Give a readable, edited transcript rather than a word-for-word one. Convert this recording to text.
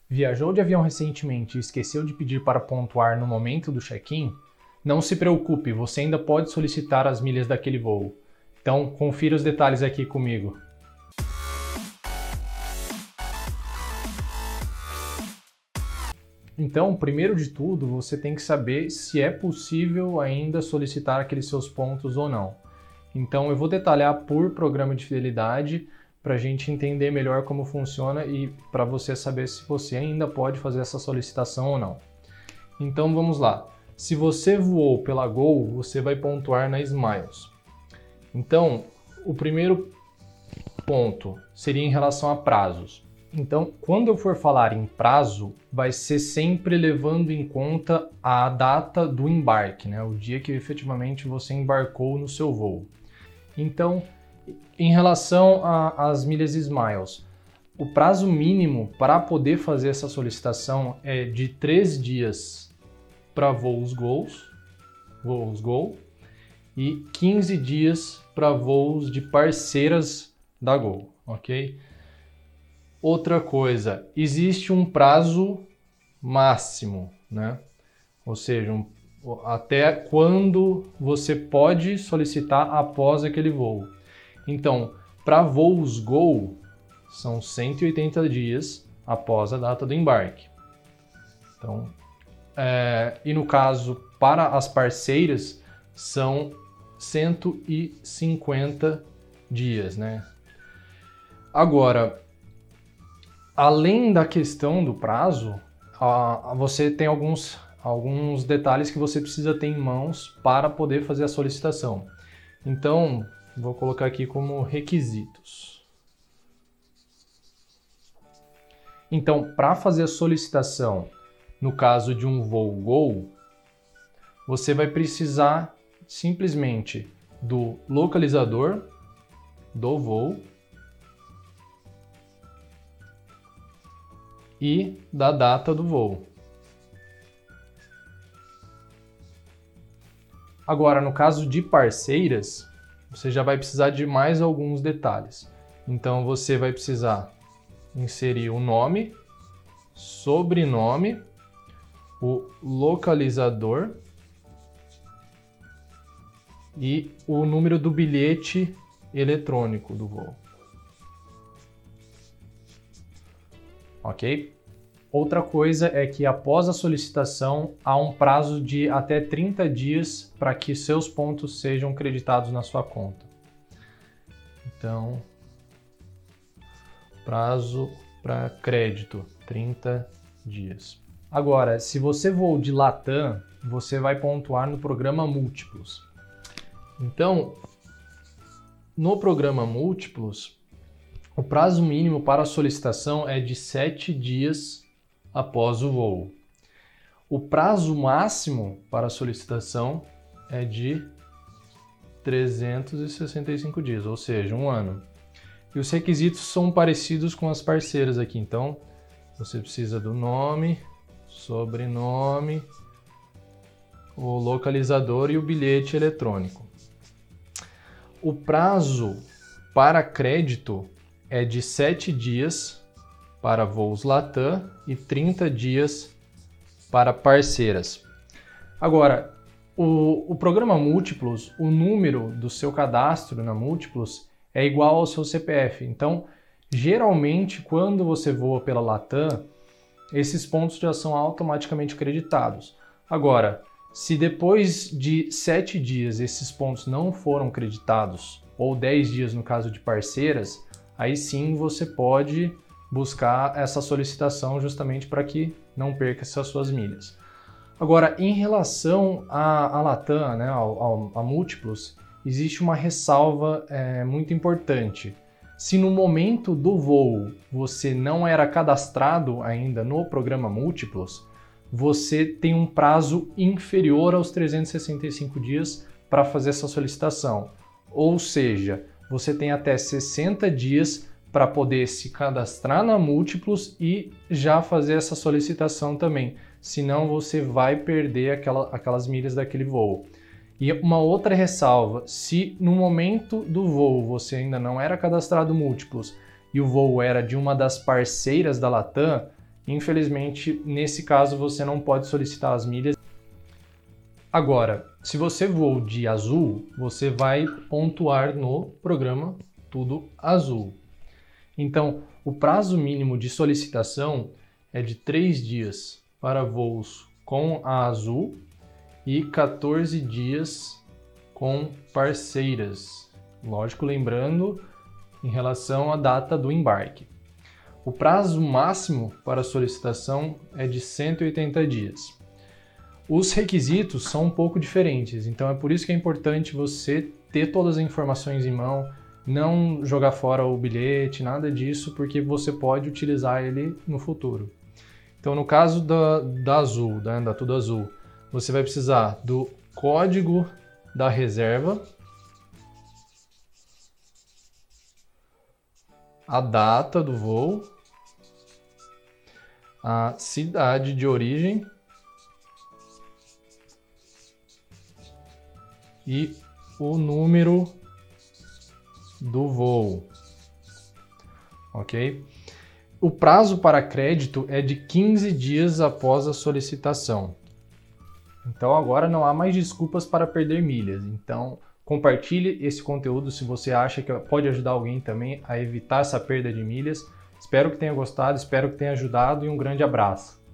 Viajou de avião recentemente e esqueceu de pedir para pontuar no momento do check-in? Não se preocupe, você ainda pode solicitar as milhas daquele voo. Então, confira os detalhes aqui comigo. Então, primeiro de tudo, você tem que saber se é possível ainda solicitar aqueles seus pontos ou não. Então, eu vou detalhar por programa de fidelidade para a gente entender melhor como funciona e para você saber se você ainda pode fazer essa solicitação ou não. Então, vamos lá. Se você voou pela Gol, você vai pontuar na Smiles. Então, o primeiro ponto seria em relação a prazos. Então, quando eu for falar em prazo, vai ser sempre levando em conta a data do embarque, né? O dia que efetivamente você embarcou no seu voo. Então, em relação às milhas Smiles, o prazo mínimo para poder fazer essa solicitação é de 3 dias para voos Gol, e 15 dias para voos de parceiras da Gol, ok? Outra coisa, existe um prazo máximo, né? Ou seja, até quando você pode solicitar após aquele voo. Então, para voos Gol, são 180 dias após a data do embarque. Então, e no caso, para as parceiras, são 150 dias, né? Agora, além da questão do prazo, você tem alguns detalhes que você precisa ter em mãos para poder fazer a solicitação. Então, vou colocar aqui como requisitos. Então, para fazer a solicitação, no caso de um voo Gol, você vai precisar simplesmente do localizador do voo e da data do voo. Agora, no caso de parceiras, você já vai precisar de mais alguns detalhes. Então, você vai precisar inserir o nome, sobrenome, o localizador e o número do bilhete eletrônico do voo. Ok? Outra coisa é que após a solicitação há um prazo de até 30 dias para que seus pontos sejam creditados na sua conta. Então, prazo para crédito, 30 dias. Agora, se você voou de Latam, você vai pontuar no programa Múltiplos. Então, no programa Múltiplos, o prazo mínimo para a solicitação é de 7 dias após o voo. O prazo máximo para a solicitação é de 365 dias, ou seja, 1 ano. E os requisitos são parecidos com as parceiras aqui. Então, você precisa do nome, sobrenome, o localizador e o bilhete eletrônico. O prazo para crédito é de 7 dias para voos Latam e 30 dias para parceiras. Agora, o programa Múltiplos, o número do seu cadastro na Múltiplos é igual ao seu CPF. Então, geralmente, quando você voa pela Latam, esses pontos já são automaticamente creditados. Agora, se depois de 7 dias esses pontos não foram creditados, ou 10 dias no caso de parceiras, aí sim você pode buscar essa solicitação justamente para que não perca essas suas milhas. Agora, em relação à Latam, né, a Múltiplos, existe uma ressalva muito importante. Se no momento do voo você não era cadastrado ainda no programa Múltiplos, você tem um prazo inferior aos 365 dias para fazer essa solicitação. Ou seja, você tem até 60 dias para poder se cadastrar na Múltiplos e já fazer essa solicitação também. Senão você vai perder aquelas milhas daquele voo. E uma outra ressalva, se no momento do voo você ainda não era cadastrado Múltiplos e o voo era de uma das parceiras da Latam, Infelizmente, nesse caso, você não pode solicitar as milhas. Agora, se você voou de azul, você vai pontuar no programa Tudo Azul. Então, o prazo mínimo de solicitação é de 3 dias para voos com a Azul e 14 dias com parceiras. Lógico, lembrando em relação à data do embarque. O prazo máximo para solicitação é de 180 dias. Os requisitos são um pouco diferentes, então é por isso que é importante você ter todas as informações em mão, não jogar fora o bilhete, nada disso, porque você pode utilizar ele no futuro. Então, no caso da Azul, da Tudo Azul, você vai precisar do código da reserva, a data do voo, a cidade de origem e o número do voo, ok? O prazo para crédito é de 15 dias após a solicitação. Então agora não há mais desculpas para perder milhas. Então compartilhe esse conteúdo se você acha que pode ajudar alguém também a evitar essa perda de milhas. Espero que tenha gostado, espero que tenha ajudado e um grande abraço.